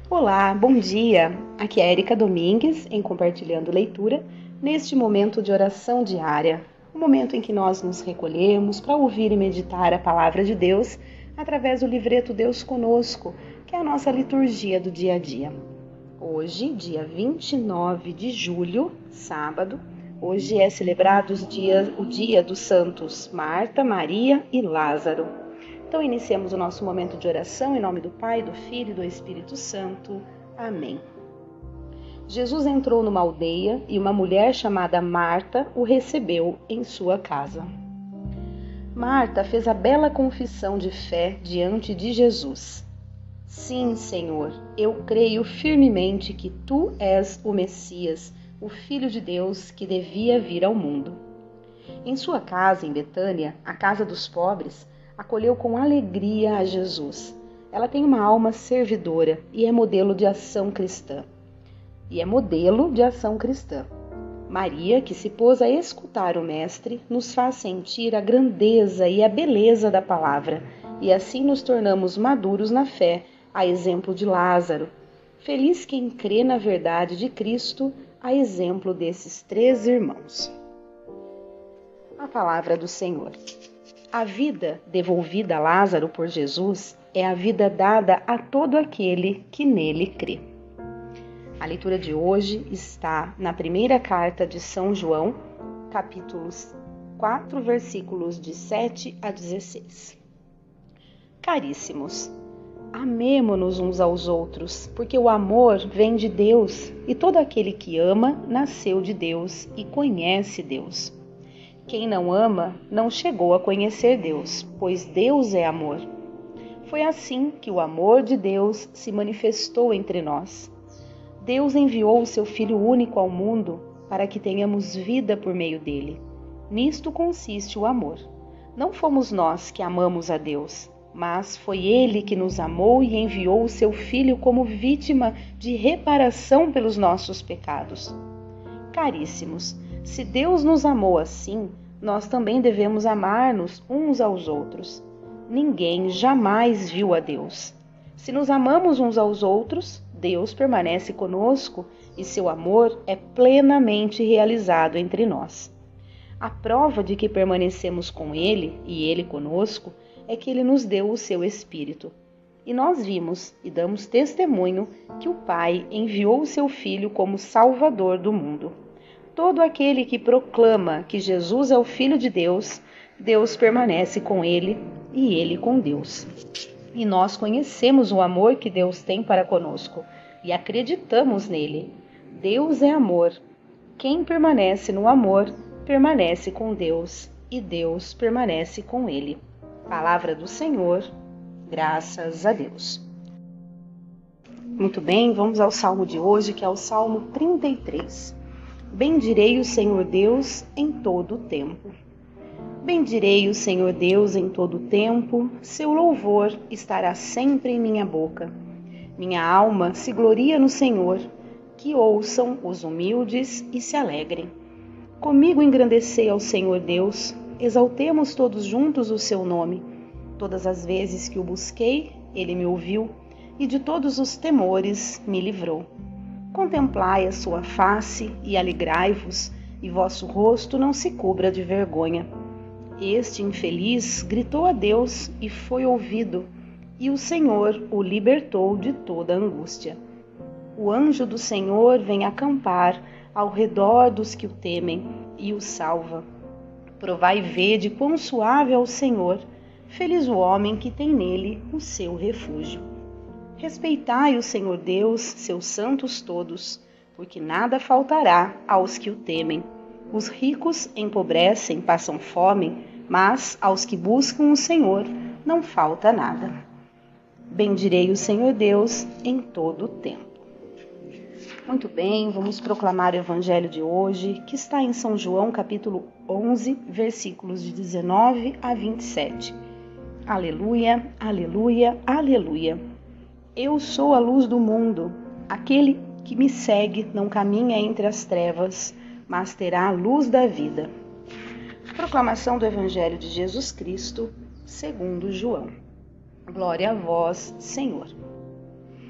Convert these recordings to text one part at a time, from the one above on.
Olá, bom dia! Aqui é Érica Domingues em Compartilhando Leitura, neste momento de oração diária, o momento em que nós nos recolhemos para ouvir e meditar a Palavra de Deus através do livreto Deus Conosco, que é a nossa liturgia do dia a dia. Hoje, dia 29 de julho, sábado, hoje é celebrado o dia dos santos Marta, Maria e Lázaro. Então, iniciemos o nosso momento de oração em nome do Pai, do Filho e do Espírito Santo. Amém. Jesus entrou numa aldeia e uma mulher chamada Marta o recebeu em sua casa. Marta fez a bela confissão de fé diante de Jesus. Sim, Senhor, eu creio firmemente que Tu és o Messias, o Filho de Deus que devia vir ao mundo. Em sua casa, em Betânia, a casa dos pobres, acolheu com alegria a Jesus. Ela tem uma alma servidora e é modelo de ação cristã. Maria, que se pôs a escutar o Mestre, nos faz sentir a grandeza e a beleza da palavra, e assim nos tornamos maduros na fé, a exemplo de Lázaro. Feliz quem crê na verdade de Cristo, a exemplo desses três irmãos. A palavra do Senhor. A vida devolvida a Lázaro por Jesus é a vida dada a todo aquele que nele crê. A leitura de hoje está na primeira carta de São João, capítulos 4, versículos de 7 a 16. Caríssimos, amemo-nos uns aos outros, porque o amor vem de Deus, e todo aquele que ama nasceu de Deus e conhece Deus. Quem não ama não chegou a conhecer Deus, pois Deus é amor. Foi assim que o amor de Deus se manifestou entre nós. Deus enviou o seu Filho único ao mundo para que tenhamos vida por meio dele. Nisto consiste o amor. Não fomos nós que amamos a Deus, mas foi Ele que nos amou e enviou o seu Filho como vítima de reparação pelos nossos pecados. Caríssimos, se Deus nos amou assim, nós também devemos amar-nos uns aos outros. Ninguém jamais viu a Deus. Se nos amamos uns aos outros, Deus permanece conosco e seu amor é plenamente realizado entre nós. A prova de que permanecemos com Ele e Ele conosco é que Ele nos deu o seu Espírito. E nós vimos e damos testemunho que o Pai enviou o seu Filho como Salvador do mundo. Todo aquele que proclama que Jesus é o Filho de Deus, Deus permanece com ele e ele com Deus. E nós conhecemos o amor que Deus tem para conosco e acreditamos nele. Deus é amor. Quem permanece no amor, permanece com Deus e Deus permanece com ele. Palavra do Senhor, graças a Deus. Muito bem, vamos ao Salmo de hoje, que é o Salmo 33. Bendirei o Senhor Deus em todo o tempo. Bendirei o Senhor Deus em todo o tempo, seu louvor estará sempre em minha boca. Minha alma se gloria no Senhor, que ouçam os humildes e se alegrem. Comigo engrandecei ao Senhor Deus, exaltemos todos juntos o seu nome. Todas as vezes que o busquei, ele me ouviu, e de todos os temores me livrou. Contemplai a sua face e alegrai-vos, e vosso rosto não se cubra de vergonha. Este infeliz gritou a Deus e foi ouvido, e o Senhor o libertou de toda angústia. O anjo do Senhor vem acampar ao redor dos que o temem e o salva. Provai e vede quão suave é o Senhor, feliz o homem que tem nele o seu refúgio. Respeitai o Senhor Deus, seus santos todos, porque nada faltará aos que o temem. Os ricos empobrecem, passam fome, mas aos que buscam o Senhor não falta nada. Bendirei o Senhor Deus em todo o tempo. Muito bem, vamos proclamar o Evangelho de hoje, que está em São João, capítulo 11, versículos de 19 a 27. Aleluia, aleluia, aleluia. Eu sou a luz do mundo. Aquele que me segue não caminha entre as trevas, mas terá a luz da vida. Proclamação do Evangelho de Jesus Cristo, segundo João. Glória a vós, Senhor.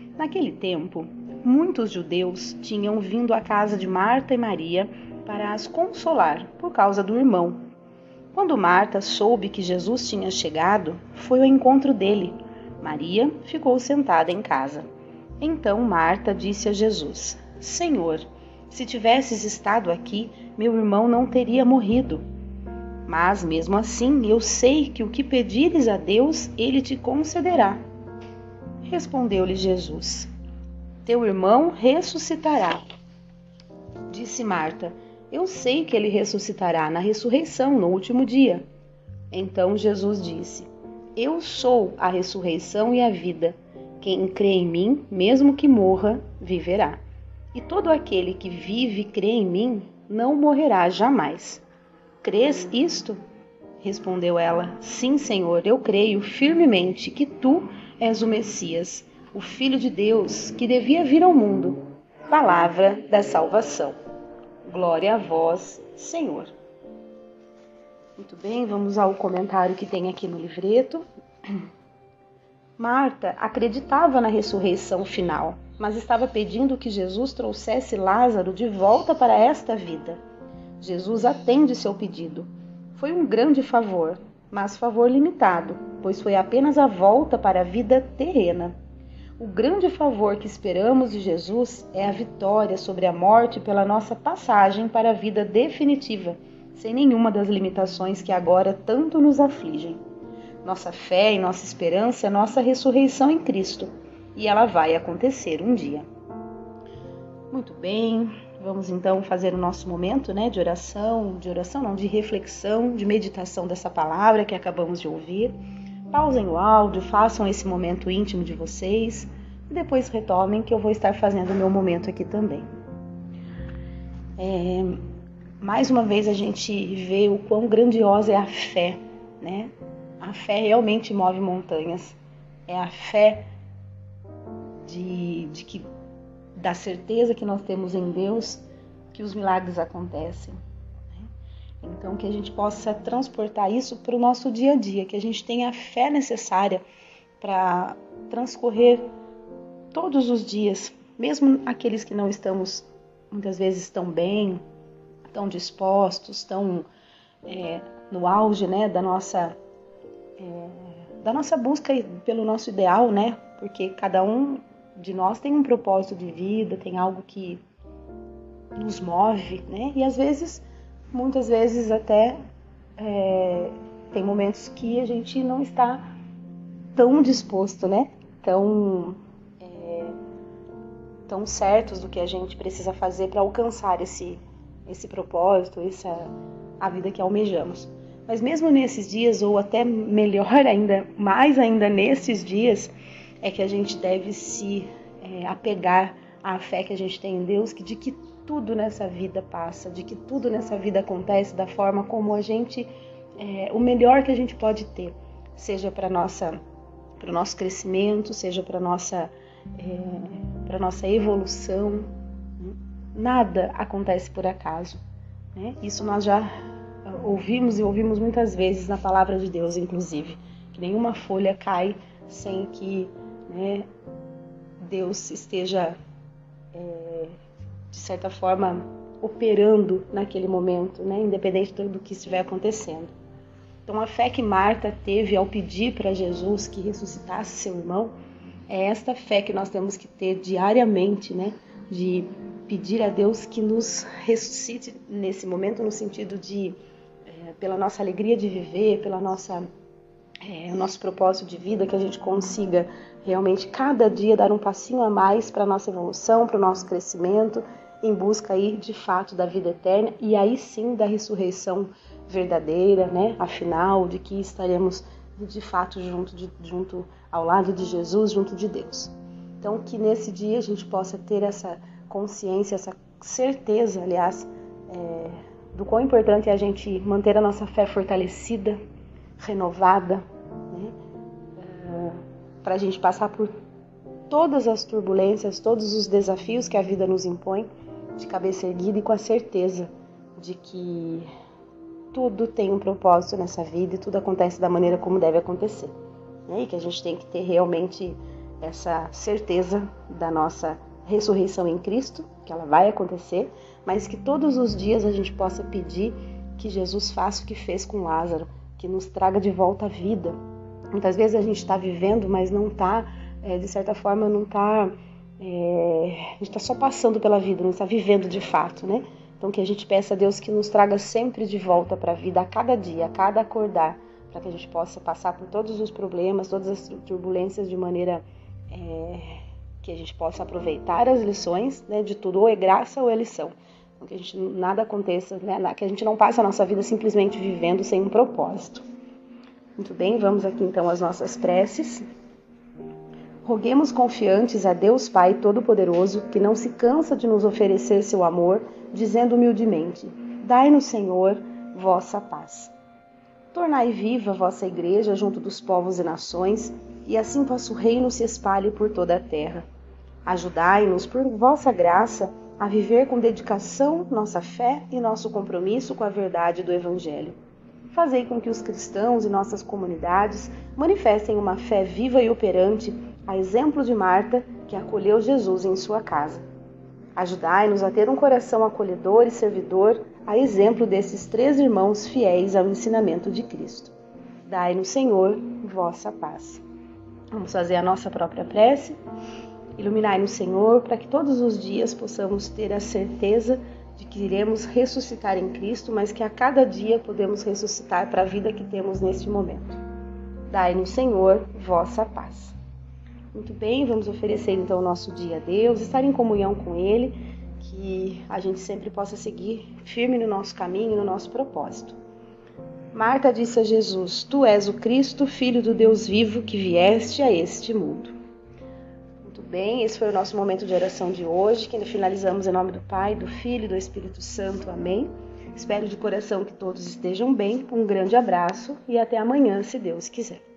Naquele tempo, muitos judeus tinham vindo à casa de Marta e Maria para as consolar por causa do irmão. Quando Marta soube que Jesus tinha chegado, foi ao encontro dele. Maria ficou sentada em casa. Então Marta disse a Jesus: Senhor, se tivesses estado aqui, meu irmão não teria morrido. Mas mesmo assim, eu sei que o que pedires a Deus, ele te concederá. Respondeu-lhe Jesus: Teu irmão ressuscitará. Disse Marta: Eu sei que ele ressuscitará na ressurreição, no último dia. Então Jesus disse: Eu sou a ressurreição e a vida. Quem crê em mim, mesmo que morra, viverá. E todo aquele que vive e crê em mim, não morrerá jamais. Crês isto? Respondeu ela: Sim, Senhor, eu creio firmemente que tu és o Messias, o Filho de Deus, que devia vir ao mundo. Palavra da salvação. Glória a vós, Senhor. Muito bem, vamos ao comentário que tem aqui no livreto. Marta acreditava na ressurreição final, mas estava pedindo que Jesus trouxesse Lázaro de volta para esta vida. Jesus atende seu pedido. Foi um grande favor, mas favor limitado, pois foi apenas a volta para a vida terrena. O grande favor que esperamos de Jesus é a vitória sobre a morte pela nossa passagem para a vida definitiva, sem nenhuma das limitações que agora tanto nos afligem. Nossa fé e nossa esperança é nossa ressurreição em Cristo, e ela vai acontecer um dia. Muito bem, vamos então fazer o nosso momento, de reflexão, de meditação dessa palavra que acabamos de ouvir. Pausem o áudio, façam esse momento íntimo de vocês e depois retomem que eu vou estar fazendo o meu momento aqui também. Mais uma vez a gente vê o quão grandiosa é a fé, né? A fé realmente move montanhas. É a fé da certeza que nós temos em Deus que os milagres acontecem. Então, que a gente possa transportar isso para o nosso dia a dia, que a gente tenha a fé necessária para transcorrer todos os dias, mesmo aqueles que não estamos, muitas vezes, tão bem, tão dispostos, tão no auge, né, da nossa busca pelo nosso ideal, né? Porque cada um de nós tem um propósito de vida, tem algo que nos move, né? E às vezes, muitas vezes até tem momentos que a gente não está tão disposto, né? Tão certos do que a gente precisa fazer para alcançar esse propósito, a vida que almejamos. Mas mesmo nesses dias, ou até melhor ainda, mais ainda nesses dias, é que a gente deve se apegar à fé que a gente tem em Deus, de que tudo nessa vida passa, de que tudo nessa vida acontece da forma como a gente, o melhor que a gente pode ter, seja para o nosso crescimento, seja para a nossa evolução. Nada acontece por acaso, né? Isso nós já ouvimos muitas vezes na palavra de Deus, inclusive, que nenhuma folha cai sem que, né, Deus esteja, de certa forma, operando naquele momento, né, independente do que estiver acontecendo. Então, a fé que Marta teve ao pedir para Jesus que ressuscitasse seu irmão, é esta fé que nós temos que ter diariamente, né, de pedir a Deus que nos ressuscite nesse momento, no sentido de, pela nossa alegria de viver, pela o nosso propósito de vida, que a gente consiga realmente cada dia dar um passinho a mais para a nossa evolução, para o nosso crescimento, em busca aí de fato da vida eterna e aí sim da ressurreição verdadeira, né? Afinal, de que estaremos de fato junto ao lado de Jesus, junto de Deus. Então, que nesse dia a gente possa ter essa consciência, essa certeza, aliás, do quão importante é a gente manter a nossa fé fortalecida, renovada, né? Para a gente passar por todas as turbulências, todos os desafios que a vida nos impõe, de cabeça erguida e com a certeza de que tudo tem um propósito nessa vida e tudo acontece da maneira como deve acontecer, né? E que a gente tem que ter realmente essa certeza da nossa ressurreição em Cristo, que ela vai acontecer, mas que todos os dias a gente possa pedir que Jesus faça o que fez com Lázaro, que nos traga de volta a vida. Muitas vezes a gente está vivendo, mas não está, de certa forma, não está, a gente está só passando pela vida, não está vivendo de fato, né? Então que a gente peça a Deus que nos traga sempre de volta para a vida, a cada dia, a cada acordar, para que a gente possa passar por todos os problemas, todas as turbulências de maneira que a gente possa aproveitar as lições, né, de tudo, ou é graça ou é lição. Então, que a gente, nada aconteça, né, que a gente não passe a nossa vida simplesmente vivendo sem um propósito. Muito bem, vamos aqui então às nossas preces. Roguemos confiantes a Deus Pai Todo-Poderoso, que não se cansa de nos oferecer seu amor, dizendo humildemente: dai-nos, Senhor, vossa paz. Tornai viva vossa Igreja junto dos povos e nações, e assim vosso reino se espalhe por toda a terra. Ajudai-nos, por vossa graça, a viver com dedicação nossa fé e nosso compromisso com a verdade do Evangelho. Fazei com que os cristãos e nossas comunidades manifestem uma fé viva e operante, a exemplo de Marta, que acolheu Jesus em sua casa. Ajudai-nos a ter um coração acolhedor e servidor, a exemplo desses 3 irmãos fiéis ao ensinamento de Cristo. Dai-nos, Senhor, vossa paz. Vamos fazer a nossa própria prece. Iluminai-nos, Senhor, para que todos os dias possamos ter a certeza de que iremos ressuscitar em Cristo, mas que a cada dia podemos ressuscitar para a vida que temos neste momento. Dai-nos, Senhor, vossa paz. Muito bem, vamos oferecer então o nosso dia a Deus, estar em comunhão com Ele, que a gente sempre possa seguir firme no nosso caminho, no nosso propósito. Marta disse a Jesus: Tu és o Cristo, Filho do Deus vivo, que vieste a este mundo. Muito bem, esse foi o nosso momento de oração de hoje, que finalizamos em nome do Pai, do Filho e do Espírito Santo. Amém. Espero de coração que todos estejam bem. Um grande abraço e até amanhã, se Deus quiser.